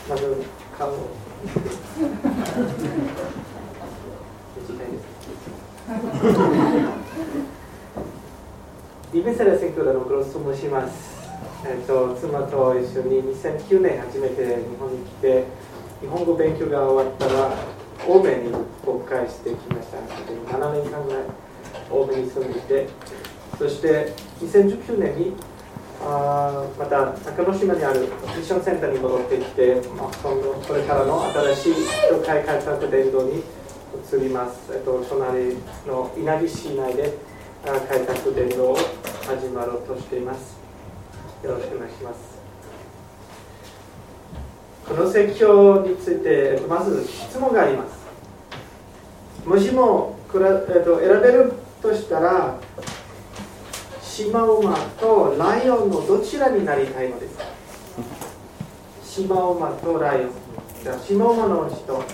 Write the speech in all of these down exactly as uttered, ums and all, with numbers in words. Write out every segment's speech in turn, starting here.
まず顔を短いですイベセラ選挙のグロスと申します。えっと、妻と一緒ににせんきゅうねん初めて日本に来て、日本語勉強が終わったら欧米に国会してきました。ななねんかんぐらい欧米に住んでいて、そしてにせんじゅうきゅうねんにあまた中之島にあるミッションセンターに戻ってきて、まあ、今度これからの新しい教会開拓伝道に移ります。えっと、隣の稲城市内で開拓伝道を始まろうとしています。よろしくお願いします。この説教についてまず質問があります。もしもこれ、えっと、選べるとしたらシマウマとライオンのどちらになりたいのですか？シマウマとライオン。じゃあシマウマの人、そう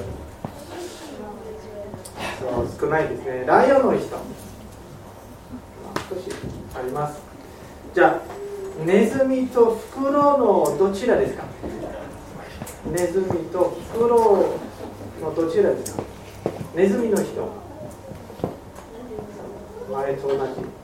少ないですね。ライオンの人、少しあります。じゃあネズミとフクロウのどちらですか？ネズミとフクロウのどちらですか？ネズミの人、前と同じ。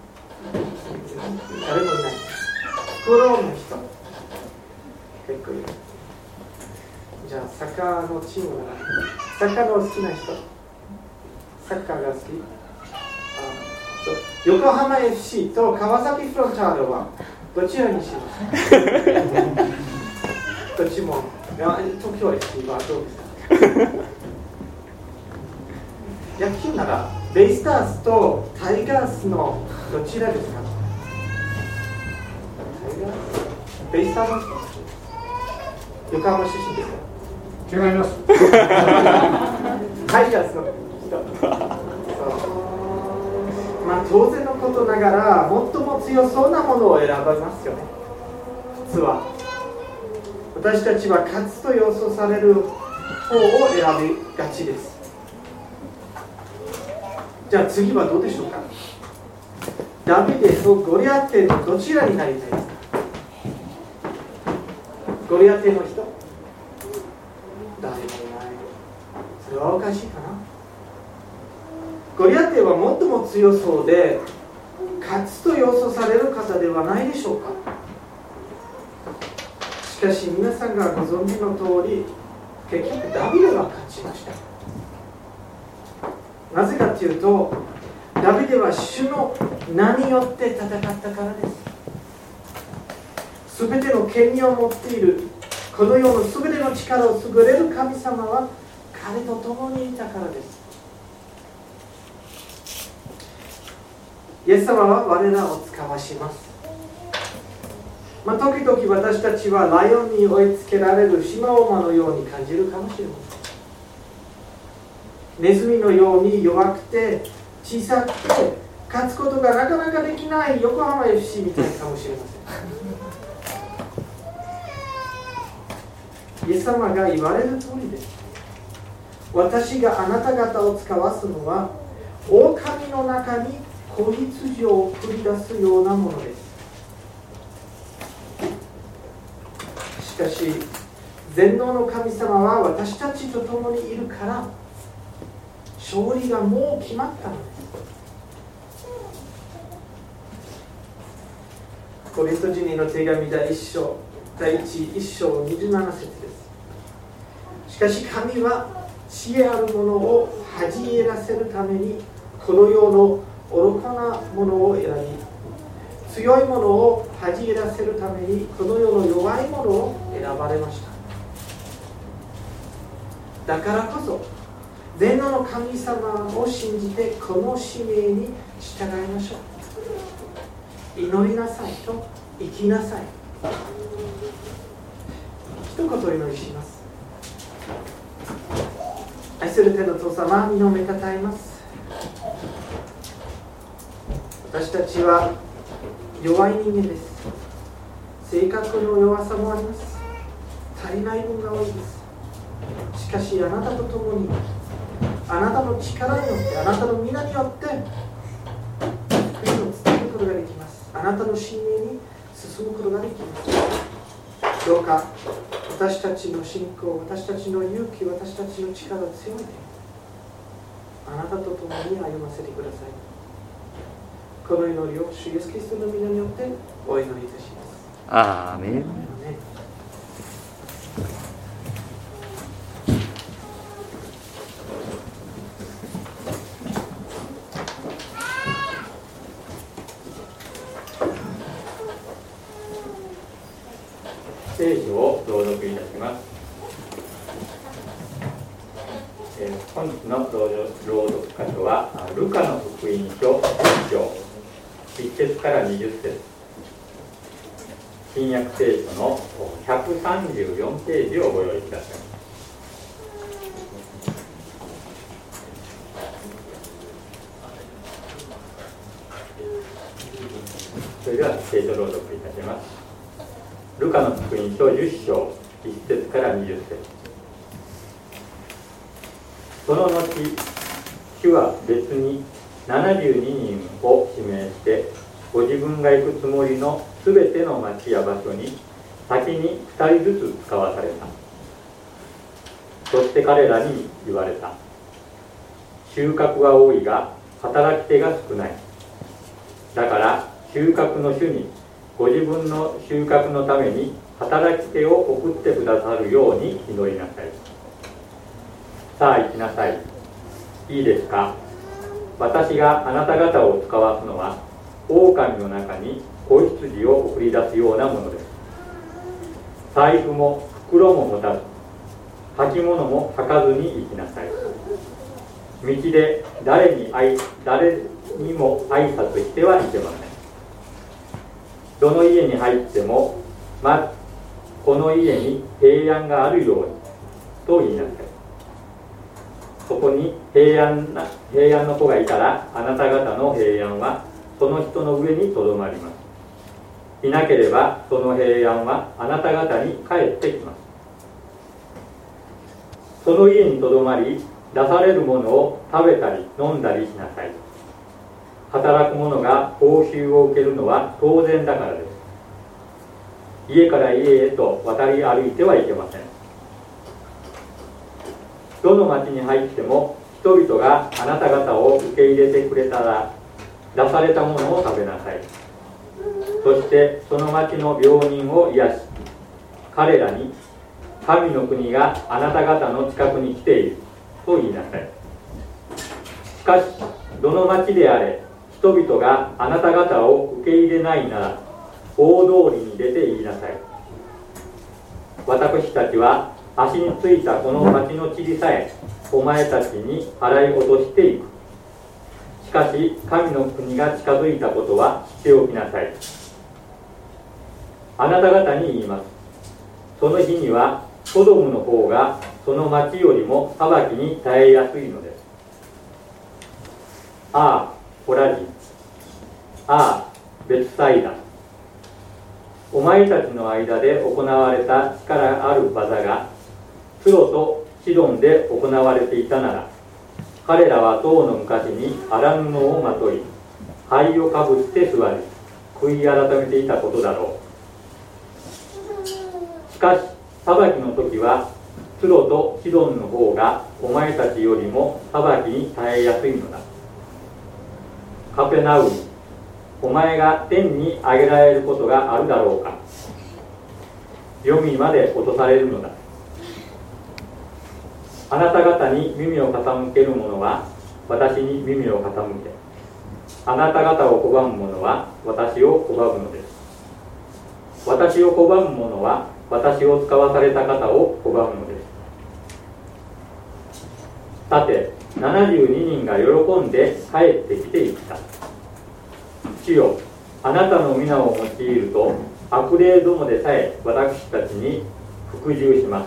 誰もいない。フクロウの人、結構いる。じゃあサッカーのチームがサッカーの好きな人、サッカーが好き。あ、横浜 エフシー と川崎フロンターレはどちらにしますか？どっちも。東京 エフシー はどうですか？野球ならベイスターズとタイガースのどちらですか？タイガース、ベイスターズの人、横浜出身ですか？ 違います。 タイガースの人。まあ当然のことながら最も強そうなものを選びますよね。普通は私たちは勝つと予想される方を選びがちです。じゃあ次はどうでしょうか？ダビデとゴリアテのどちらになりたいですか？ゴリアテの人？誰もいない。それはおかしいかな。ゴリアテは最も強そうで勝つと予想される方ではないでしょうか。しかし皆さんがご存知の通り、結局ダビデが勝ちました。なぜかというと、ダビデは主の名によって戦ったからです。すべての権威を持っている、この世のすべての力を優れる神様は彼と共にいたからです。イエス様は我らを使わします。まあ、時々私たちはライオンに追いつけられるシマウマのように感じるかもしれません。ネズミのように弱くて小さくて勝つことがなかなかできない横浜 エフシー みたいかもしれません。イエス様が言われる通りです。私があなた方を使わすのは狼の中に子羊を送り出すようなものです。しかし全能の神様は私たちと共にいるから勝利がもう決まったのです。コリント人への手紙第一章第一一章にじゅうなな節です。しかし神は知恵あるものを恥じ入らせるためにこの世の愚かなものを選び、強いものを恥じ入らせるためにこの世の弱いものを選ばれました。だからこそ全能の神様を信じてこの使命に従いましょう。祈りなさいと生きなさい。一言お祈りします。愛する天の父様、皆をめたたえます。私たちは弱い人間です。性格の弱さもあります。足りない分が多いです。しかしあなたと共にあなたの力によってあなたの皆によって福音を伝えることができます。あなたの信念に進むことができます。どうか私たちの信仰、私たちの勇気、私たちの力を強めて、あなたと共に歩ませてください。この祈りを主イエスキリストの皆によってお祈りいたします。 アーメン。 聖書を朗読いたします。えー、本日の朗読箇所はルカの福音書いち章いち節からにじゅっ節、新約聖書のひゃくさんじゅうよんページをご用意ください。それでは聖書朗読いたします。ルカの福音書じゅっ章いち節からにじゅっ節。その後、主は別にななじゅうににんを指名して、ご自分が行くつもりのすべての町や場所に先にふたりずつ使わされた。そして彼らに言われた。収穫は多いが働き手が少ない。だから収穫の主にご自分の収穫のために働き手を送ってくださるように祈りなさい。さあ行きなさい。いいですか。私があなた方を使わすのは、狼の中に子羊を送り出すようなものです。財布も袋も持たず、履物も履かずに行きなさい。道で誰に挨誰にも挨拶してはいけません。どの家に入っても、まずこの家に平安があるようにと言いなさい。そこに平安な平安の子がいたら、あなた方の平安はその人の上にとどまります。いなければその平安はあなた方に返ってきます。その家にとどまり、出されるものを食べたり飲んだりしなさい。働く者が報酬を受けるのは当然だからです。家から家へと渡り歩いてはいけません。どの町に入っても、人々があなた方を受け入れてくれたら、出されたものを食べなさい。そしてその町の病人を癒し、彼らに神の国があなた方の近くに来ていると言いなさい。しかしどの町であれ、人々があなた方を受け入れないなら、大通りに出て言いなさい。私たちは足についたこの町の塵さえお前たちに払い落としていく。しかし神の国が近づいたことは知っておきなさい。あなた方に言います。その日にはソドムの方がその町よりも裁きに耐えやすいのです。ああコラジン、ああベツサイダ、お前たちの間で行われた力ある技がツロとシドンで行われていたなら、彼らは当の昔に荒布をまとい、灰をかぶって座り、悔い改めていたことだろう。しかし裁きの時はツロとシドンの方がお前たちよりも裁きに耐えやすいのだ。カペナウム、お前が天に上げられることがあるだろうか。黄泉まで落とされるのだ。あなた方に耳を傾ける者は私に耳を傾け、あなた方を拒む者は私を拒むのです。私を拒む者は私を使わされた方を拒むのです。さてななじゅうににんが喜んで帰ってきて言った。主よ、あなたの皆を用いると悪霊どもでさえ私たちに服従します。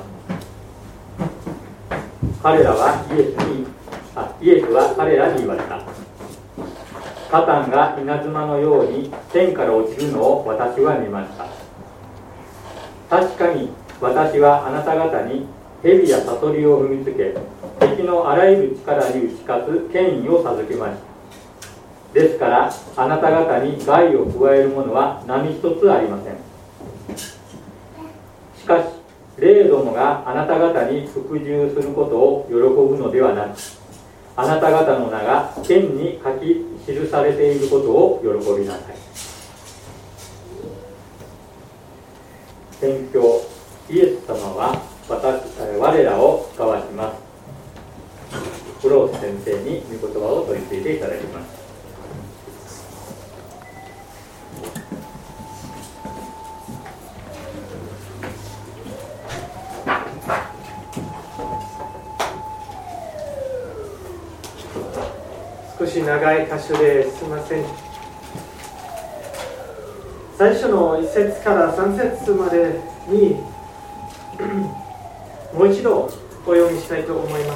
彼らはイエスにあイエスは彼らに言われた。サタンが稲妻のように天から落ちるのを私は見ました。確かに私はあなた方に蛇やサソリを踏みつけ、敵のあらゆる力に打ち勝つ権威を授けました。ですからあなた方に害を加えるものは何一つありません。しかし霊どもがあなた方に服従することを喜ぶのではなく、あなた方の名が天に書き記されていることを喜びなさい。宣教、イエス様は私我らを使わします。クロース先生に御言葉を取り次いでいただきます。 少し長い箇所ですみません。最初のいち節からさん節までにもう一度お読みしたいと思います。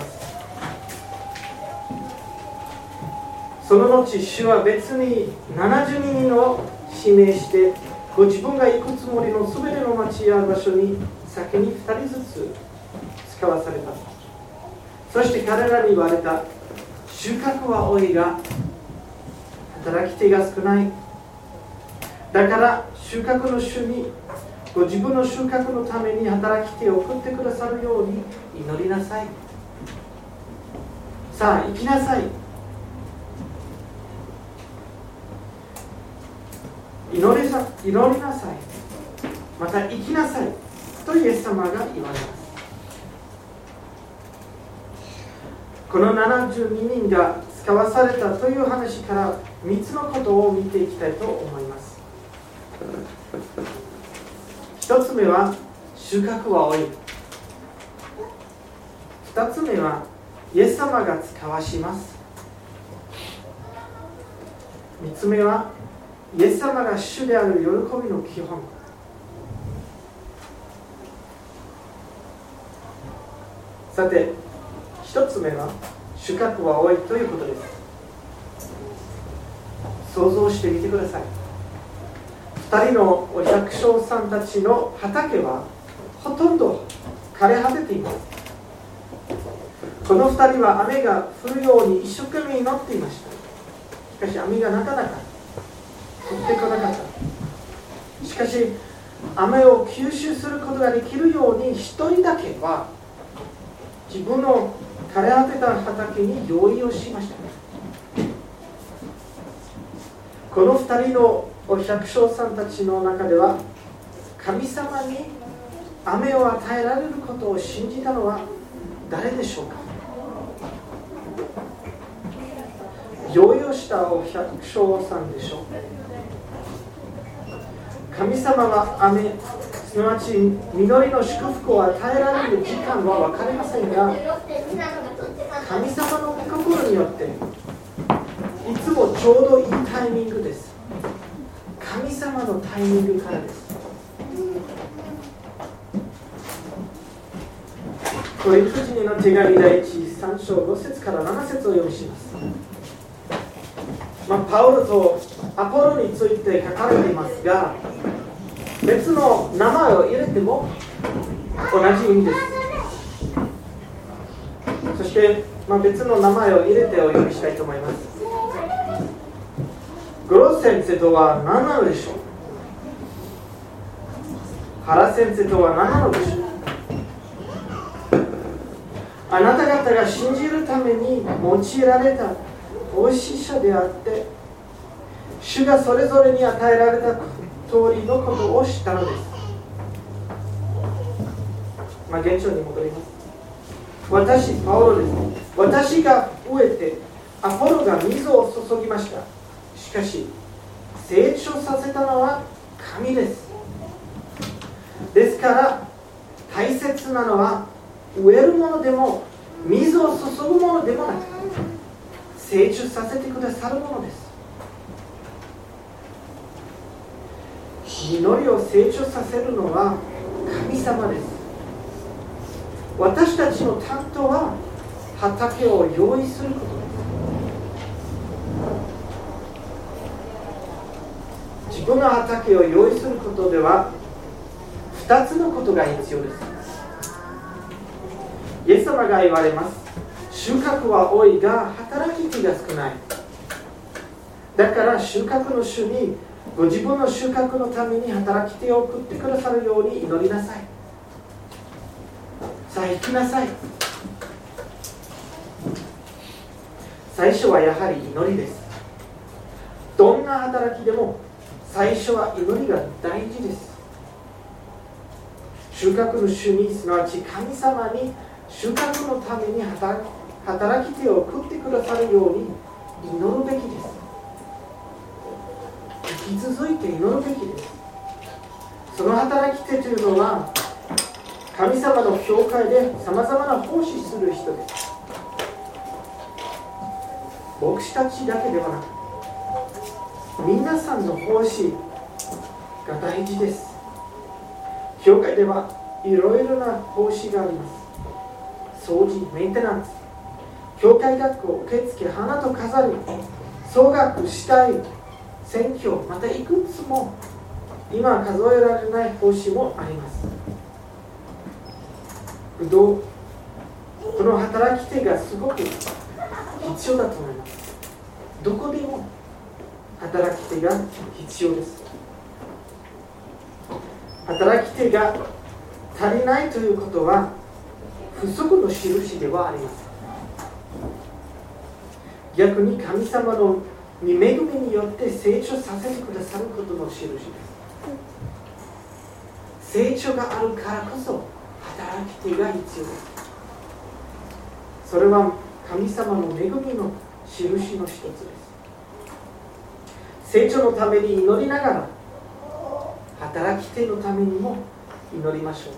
その後、主は別にななじゅうにんを指名して、ご自分が行くつもりのすべての町や場所に先にふたりずつ使わされた。そして彼らに言われた。収穫は多いが働き手が少ない。だから収穫の主にご自分の収穫のために働き手を送ってくださるように祈りなさい。さあ行きなさい。祈りさ祈りなさい。また行きなさいとイエス様が言われます。このななじゅうににんが使わされたという話からみっつのことを見ていきたいと思います。ひとつめは収穫は多い。ふたつめはイエス様が使わします。みっつめはイエス様が主である喜びの基本。さてひとつめは収穫は多いということです。想像してみてください。ふたりのお百姓さんたちの畑はほとんど枯れ果てています。このふたりは雨が降るように一生懸命祈っていました。しかし雨がなかなか降ってこなかった。しかし雨を吸収することができるように一人だけは自分の枯れ果てた畑に用意をしました。このふたりのお百姓さんたちの中では神様に雨を与えられることを信じたのは誰でしょうか。用意をしたお百姓さんでしょう。神様は雨、すなわち実りの祝福を与えられる時間は分かりませんが、神様の御心によっていつもちょうどいいタイミングです。神様のタイミングからです。コリント人への手紙第一さん章ご節からなな節を読みします。まあ、パウロとアポロについて書かれていますが、別の名前を入れても同じ意味です。そして、まあ、別の名前を入れてお読みしたいと思います。グロス先生とは何なのでしょう。原先生とは何なのでしょう。あなた方が信じるために用いられた奉仕者であって、主がそれぞれに与えられた通りのことをしたのです。まあ、現状に戻ります。私、パウロです。私が植えて、アポロが水を注ぎました。しかし、成長させたのは神です。ですから、大切なのは、植えるものでも、水を注ぐものでもなく、成長させてくださるものです。実りを成長させるのは神様です。私たちの担当は畑を用意することです。自分の畑を用意することではふたつのことが必要です。イエス様が言われます。収穫は多いが働き手が少ない。だから収穫の主にご自分の収穫のために働き手を送ってくださるように祈りなさい。 さあ行きなさい。最初はやはり祈りです。どんな働きでも最初は祈りが大事です。収穫の主に、すなわち神様に収穫のために働き働き手を送ってくださるように祈るべきです。引き続いて祈るべきです。その働き手というのは神様の教会でさまざまな奉仕する人です。牧師たちだけではなく皆さんの奉仕が大事です。教会ではいろいろな奉仕があります。掃除、メンテナンス、教会学校、受付、花と飾り、奏楽、司会、選挙、またいくつも今数えられない奉仕もあります。どうこの働き手がすごく必要だと思います。どこでも働き手が必要です。働き手が足りないということは不足の印ではありません。逆に神様の恵みによって成長させてくださることの印です。成長があるからこそ働き手が必要です。それは神様の恵みの印の一つです。成長のために祈りながら働き手のためにも祈りましょ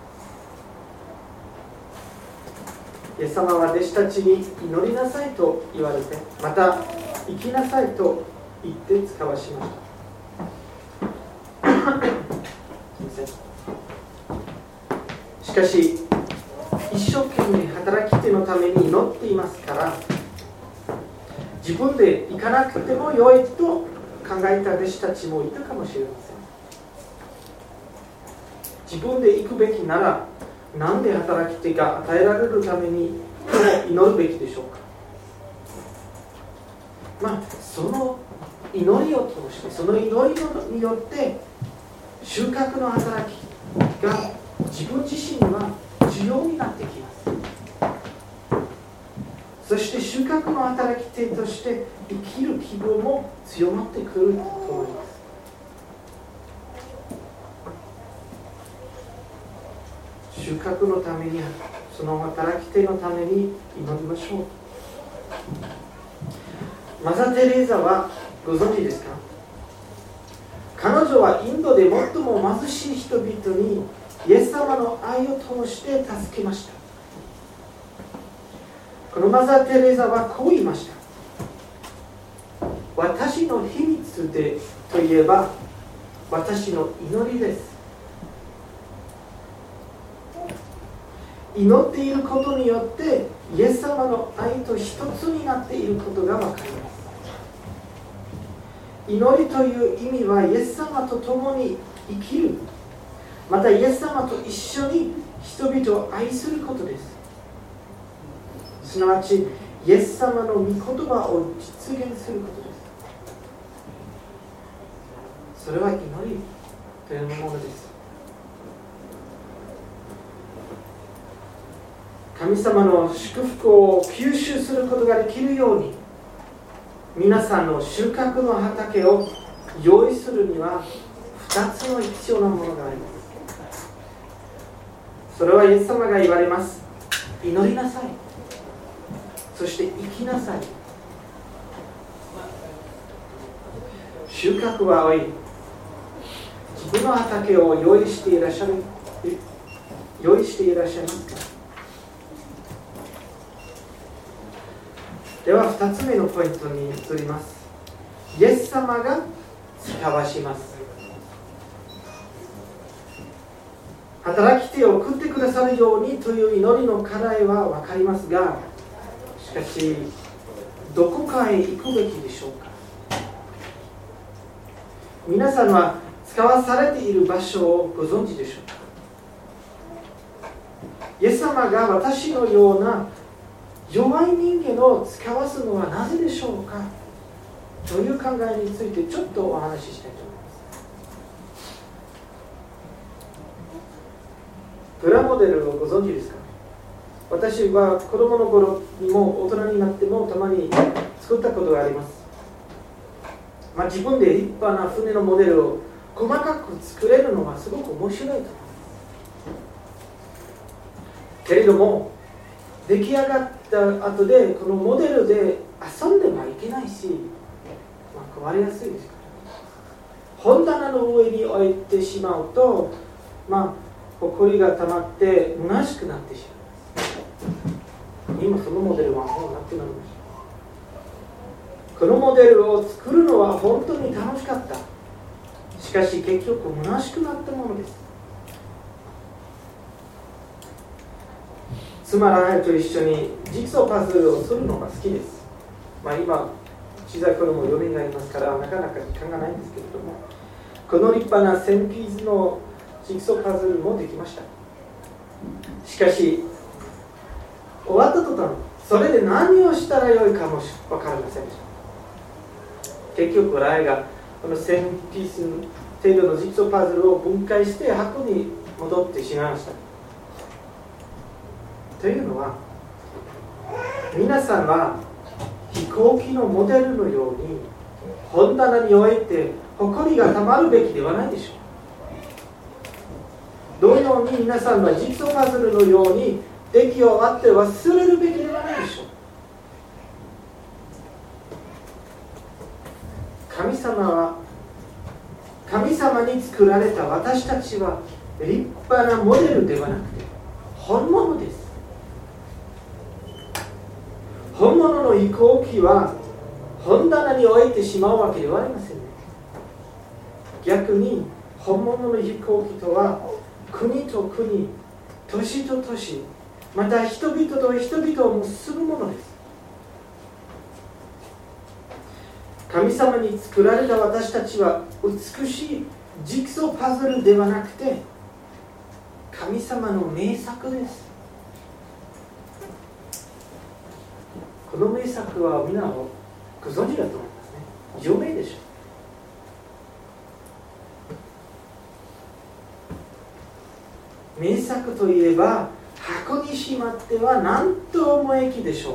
う。イエス様は弟子たちに祈りなさいと言われて、また生きなさいと言って使わしました。しかし一生懸命働き手のために祈っていますから、自分で行かなくても良いと考えた弟子たちもいたかもしれません。自分で行くべきなら、なんで働き手が与えられるために祈るべきでしょうか。まあ、その祈りを通して、その祈りによって収穫の働きが自分自身には重要になってきます。そして収穫の働き手として生きる希望も強まってくると思います。収穫のために、その働き手のために祈りましょう。マザー・テレーザはご存知ですか？彼女はインドで最も貧しい人々にイエス様の愛を通して助けました。このマザー・テレーザはこう言いました。私の秘密でといえば私の祈りです。祈っていることによってイエス様の愛と一つになっていることが分かります。祈りという意味はイエス様と共に生きる、またイエス様と一緒に人々を愛することです。すなわちイエス様の御言葉を実現することです。それは祈りというものです。神様の祝福を吸収することができるように、皆さんの収穫の畑を用意するにはふたつの必要なものがあります。それはイエス様が言われます。祈りなさい、そして生きなさい。収穫は多い。自分の畑を用意していらっしゃる用意していらっしゃいますか？ではふたつめのポイントに移ります。イエス様が使わします。働き手を送ってくださるようにという祈りの課題は分かりますが、しかしどこかへ行くべきでしょうか。皆さんは使わされている場所をご存知でしょうか。イエス様が私のような弱い人間を使わすのはなぜでしょうかという考えについてちょっとお話ししたいと思います。プラモデルをご存知ですか？ 私は子供の頃にも大人になってもたまに作ったことがあります。まあ、自分で立派な船のモデルを細かく作れるのはすごく面白いと思います。けれども出来上がった後でこのモデルで遊んではいけないし、まあ、壊れやすいですから、本棚の上に置いてしまうと、まあ、埃が溜まって虚しくなってしまいます。今そのモデルはもうなくなりました。このモデルを作るのは本当に楽しかった。しかし結局虚しくなったものです。妻らと一緒にジグソーパズルをするのが好きです。まあ、今小さい子供よにんがいますからなかなか時間がないんですけれども、この立派なせんピースのジグソーパズルもできました。しかし終わった途端それで何をしたらよいかも分かりませんでした。結局我々がこのせんピース程度のジグソーパズルを分解して箱に戻ってしまいました。というのは、皆さんは飛行機のモデルのように本棚に置いて埃がたまるべきではないでしょう。同様に皆さんはジグソーパズルのように出来終わって忘れるべきではないでしょう。神様は神様に作られた私たちは立派なモデルではなくて本物です。本物の飛行機は本棚に置いてしまうわけではありませんね。逆に本物の飛行機とは国と国、都市と都市、また人々と人々を結ぶものです。神様に作られた私たちは美しいジグソーパズルではなくて神様の名作です。この名作は皆をご存知だと思いますね。有名でしょう。名作といえば箱にしまっては何と思いきでしょう。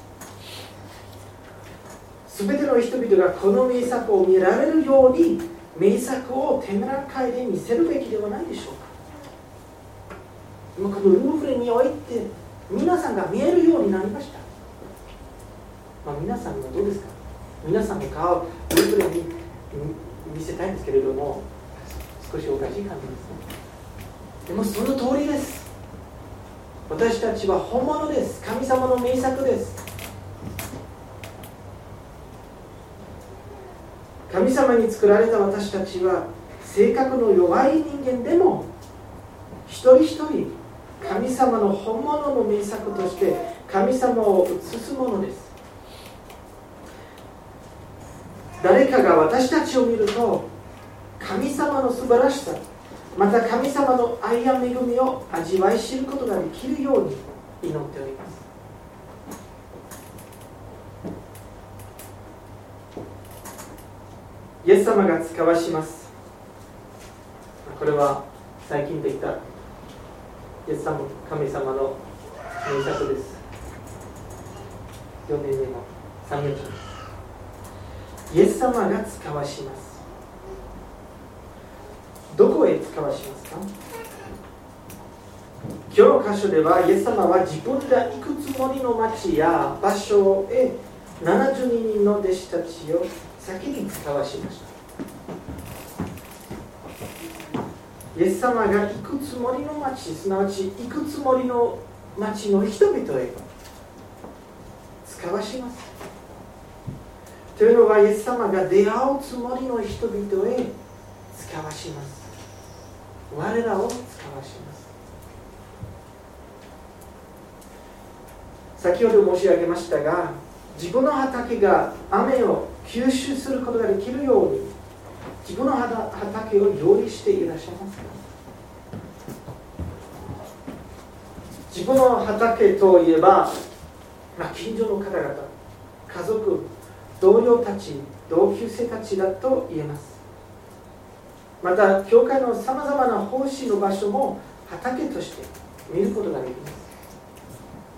すべての人々がこの名作を見られるように名作を展覧会で見せるべきではないでしょうか。このルーブルにおいて皆さんが見えるようになりました。まあ、皆さんはどうですか。皆さんの顔をルーブルに見せたいんですけれども少しおかしい感じですね。でもその通りです。私たちは本物です。神様の名作です。神様に作られた私たちは性格の弱い人間でも一人一人神様の本物の名作として神様を映すものです。誰かが私たちを見ると神様の素晴らしさ、また神様の愛や恵みを味わい知ることができるように祈っております。イエス様が使わします。これは最近できたイエス様神様の名作です。よねんめのさんめんちです。イエス様が使わします。どこへ使わしますか。今日の箇所ではイエス様は自分が行くつもりの町や場所へななじゅうににんの弟子たちを先に使わしました。イエス様が行くつもりの町、すなわち行くつもりの町の人々へ使わします。というのはイエス様が出会うつもりの人々へ使わします。我らを使わします。先ほど申し上げましたが、自分の畑が雨を吸収することができるように自分の畑を用意していらっしゃいますか。自分の畑といえば、まあ、近所の方々、家族、同僚たち、同級生たちだと言えます。また教会のさまざまな奉仕の場所も畑として見ることができます。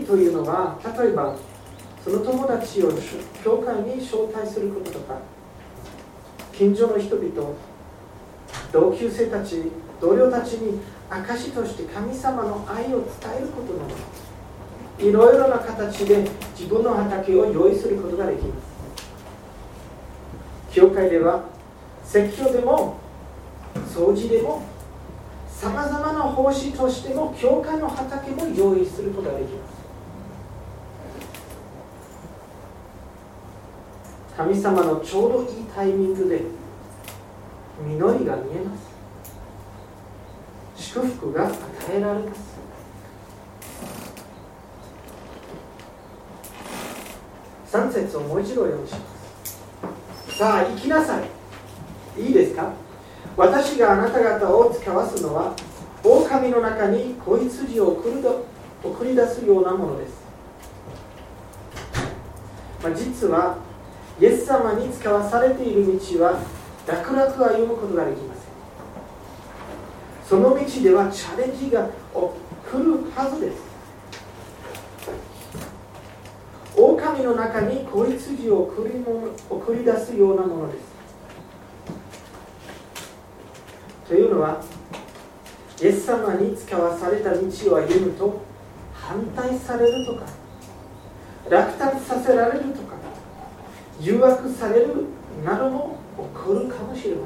というのは、例えばその友達を教会に招待することとか、近所の人々、同級生たち、同僚たちに証として神様の愛を伝えることなど、いろいろな形で自分の畑を用意することができます。教会では説教でも掃除でもさまざまな奉仕としても教会の畑も用意することができます。神様のちょうどいいタイミングで実りが見えます。祝福が与えられます。さん節をもう一度お読みします。さあ行きなさい。いいですか。私があなた方を使わすのは狼の中に子羊を送り出すようなものです。まあ、実はイエス様に使わされている道は楽々歩むことができません。その道ではチャレンジが来るはずです。狼の中に子羊を送りも送り出すようなものです。というのは、イエス様に使わされた道を歩むと反対されるとか、落胆させられるとか、誘惑されるなども起こるかもしれま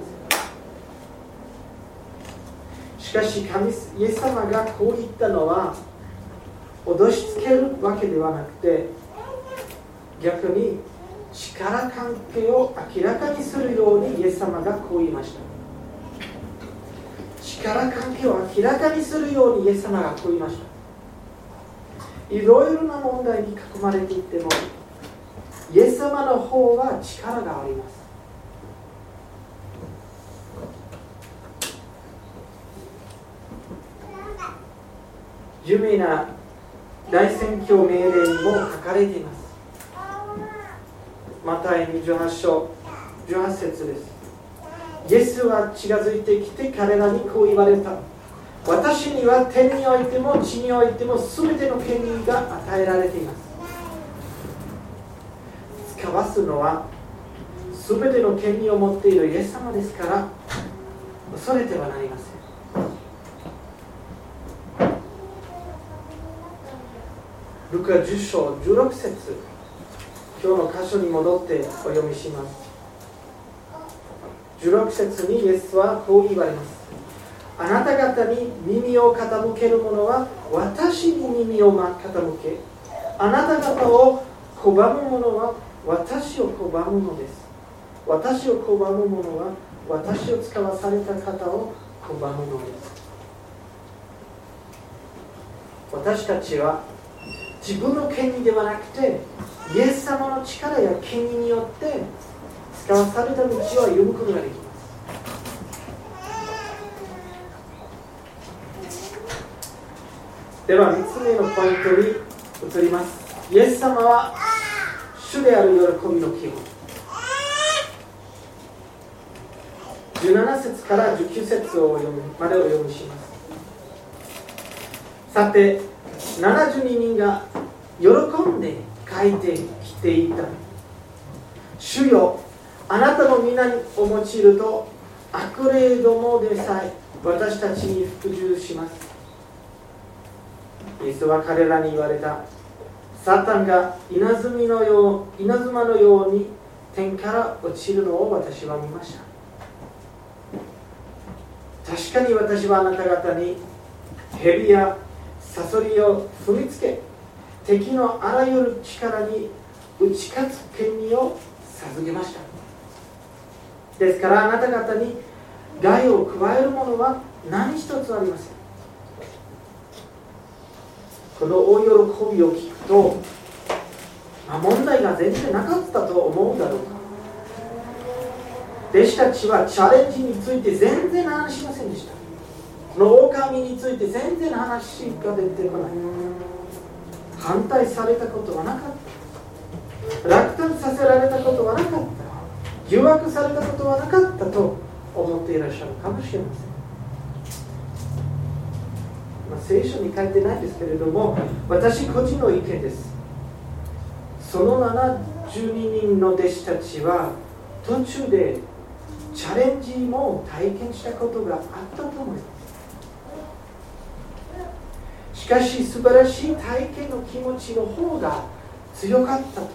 せん。しかし神イエス様がこう言ったのは、脅しつけるわけではなくて、逆に力関係を明らかにするようにイエス様がこう言いました。力関係を明らかにするようにイエス様がこう言いました。いろいろな問題に囲まれていっても、イエス様の方は力があります。有名な大宣教命令にも書かれています。マタイにじゅうはち章じゅうはち節です。イエスは近づいてきて彼らにこう言われた。私には天においても地においても全ての権利が与えられています。使わすのは全ての権利を持っているイエス様ですから、恐れてはなりません。ルカじゅう章じゅうろく節、今日の箇所に戻ってお読みします。じゅうろく節にイエスはこう言われます。あなた方に耳を傾ける者は私に耳を傾け、あなた方を拒む者は私を拒むのです。私を拒む者は私を使わされた方を拒むのです。私たちは自分の権利ではなくて、イエス様の力や権威によって使わされた道を歩むことができます。ではみっつめのポイントに移ります。イエス様は主である喜びの基本。じゅうなな節からじゅうきゅう節を読みまでを読みします。さてななじゅうににんが喜んで帰ってきていた。主よ、あなたの皆を用いると悪霊どもでさえ私たちに服従します。イエスは彼らに言われた。サタンが稲妻のよう、稲妻のように天から落ちるのを私は見ました。確かに私はあなた方に蛇やサソリを踏みつけ、敵のあらゆる力に打ち勝つ権利を授けました。ですからあなた方に害を加えるものは何一つありません。この大喜びを聞くと、まあ、問題が全然なかったと思うだろうか。弟子たちはチャレンジについて全然話しませんでした。この狼について全然話が出てこない。反対されたことはなかった。落胆させられたことはなかった。誘惑されたことはなかったと思っていらっしゃるかもしれません。 まあ、聖書に書いてないですけれども、私個人の意見です。そのななじゅうににんの弟子たちは途中でチャレンジも体験したことがあったと思います。しかし素晴らしい体験の気持ちの方が強かったと思います。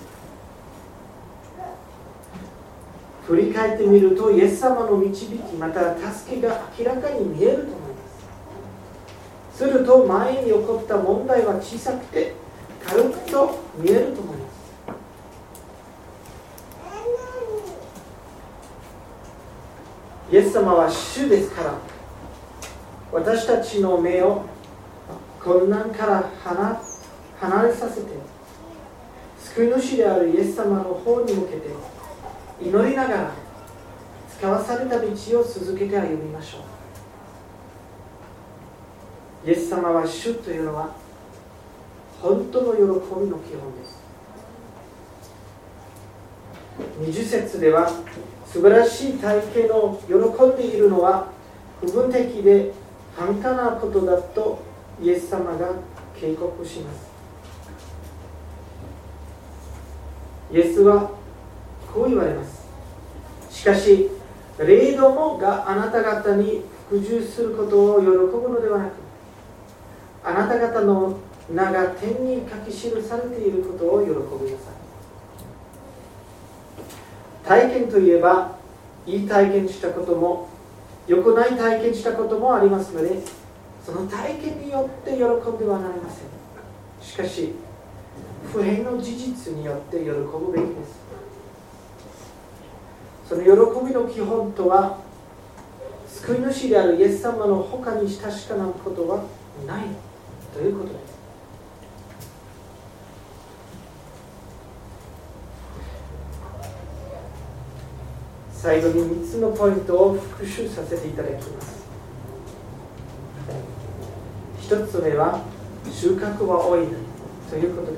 振り返ってみるとイエス様の導きまた助けが明らかに見えると思います。すると前に起こった問題は小さくて軽くと見えると思います。イエス様は主ですから、私たちの目を困難から離、離れさせて、救い主であるイエス様の方に向けて祈りながら使わされた道を続けて歩みましょう。イエス様は主というのは本当の喜びの基本です。にじゅう節では素晴らしい体験を喜んでいるのは不分的で安価なことだとイエス様が警告します。イエスはこう言われます。しかし霊どもがあなた方に服従することを喜ぶのではなく、あなた方の名が天に書き記されていることを喜びなさい。体験といえばいい体験したことも良くない体験したこともありますので、その体験によって喜んではなりません。しかし不変の事実によって喜ぶべきです。その喜びの基本とは、救い主であるイエス様の他に確かなことはないということです。最後にみっつのポイントを復習させていただきます。ひとつめは収穫は多いということです。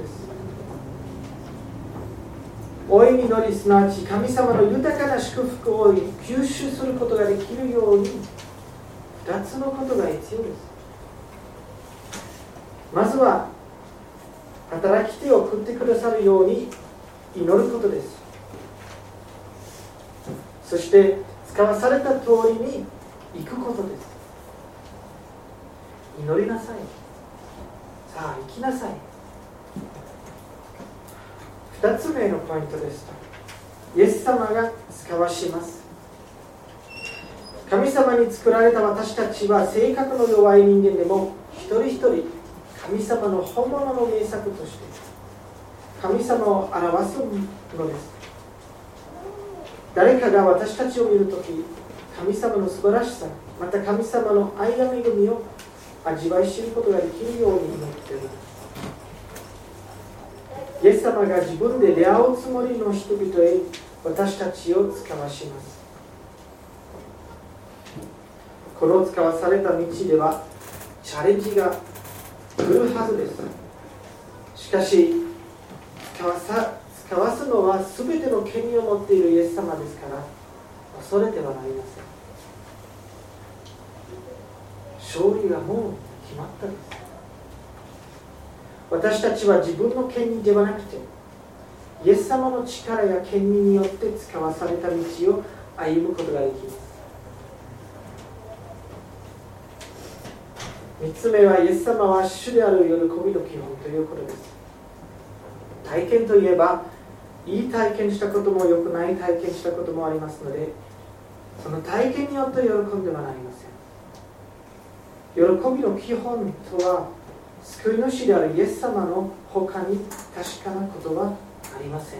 大いに祈り、すなわち神様の豊かな祝福を吸収することができるようにふたつのことが必要です。まずは働き手を送ってくださるように祈ることです。そして使わされた通りに行くことです。祈りなさい。さあ行きなさい。ふたつめのポイントです。イエス様が使わします。神様に作られた私たちは性格の弱い人間でも一人一人神様の本物の名作として神様を表すのです。誰かが私たちを見るとき、神様の素晴らしさ、また神様の愛や恵みを味わい知ることができるように祈っています。イエス様が自分で出会うつもりの人々へ私たちを使わします。この使わされた道ではチャレンジが来るはずです。しかし使わさ使わすのは全ての権利を持っているイエス様ですから、恐れてはなりません。勝利がもう決まったです。私たちは自分の権利ではなくて、イエス様の力や権利によって使わされた道を歩むことができます。みっつめは、イエス様は主である喜びの基本ということです。体験といえば、いい体験したことも良くない体験したこともありますので、その体験によって喜んではなりません。喜びの基本とは、救い主であるイエス様の他に確かなことはありません。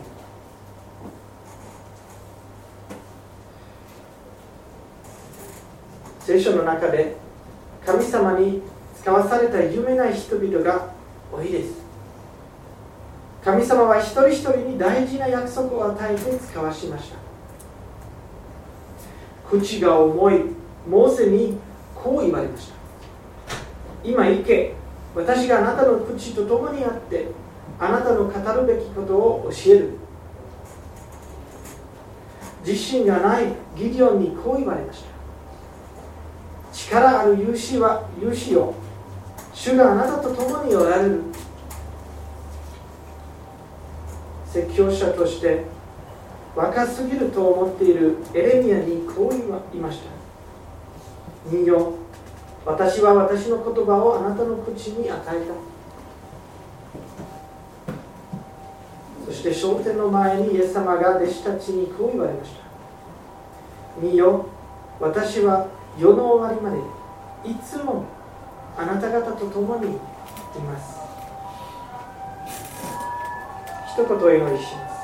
聖書の中で神様に使わされた有名な人々が多いです。神様は一人一人に大事な約束を与えて使わしました。口が重いモーセにこう言われました。今行け、私があなたの口と共にあってあなたの語るべきことを教える。自信がないギデオンにこう言われました。力ある勇士は勇士よ、 主があなたと共におられる。説教者として若すぎると思っているエレミヤにこう言いました。人よ、私は私の言葉をあなたの口に与えた。そして商店の前にイエス様が弟子たちにこう言われました。見よ、私は世の終わりまでいつもあなた方と共にいます。一言お祈りします。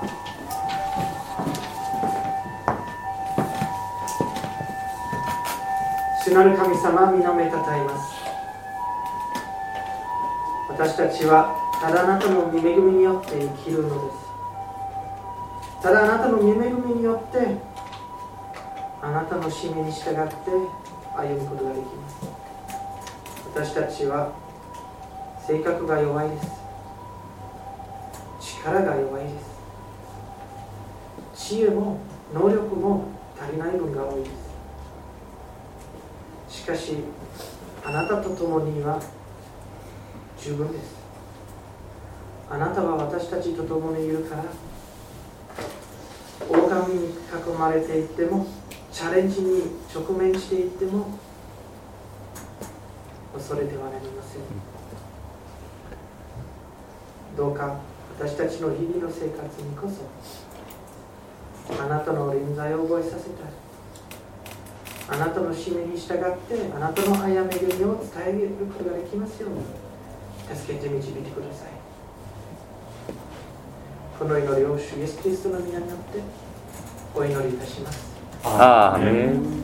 主なる神様、皆めたたえます。私たちはただあなたの御恵みによって生きるのです。ただあなたの御恵みによってあなたの使命に従って歩むことができます。私たちは性格が弱いです。力が弱いです。知恵も能力も足りない分が多いです。しかしあなたと共には十分です。あなたは私たちと共にいるから、狼に囲まれていっても、チャレンジに直面していっても恐れてはなりません。どうか私たちの日々の生活にこそあなたの臨在を覚えさせたい。あなたの使命に従ってあなたのあやめぐみを伝えることができますように助けて導いてください。この祈りを主イエスキリストの皆によってお祈りいたします。 アーメン。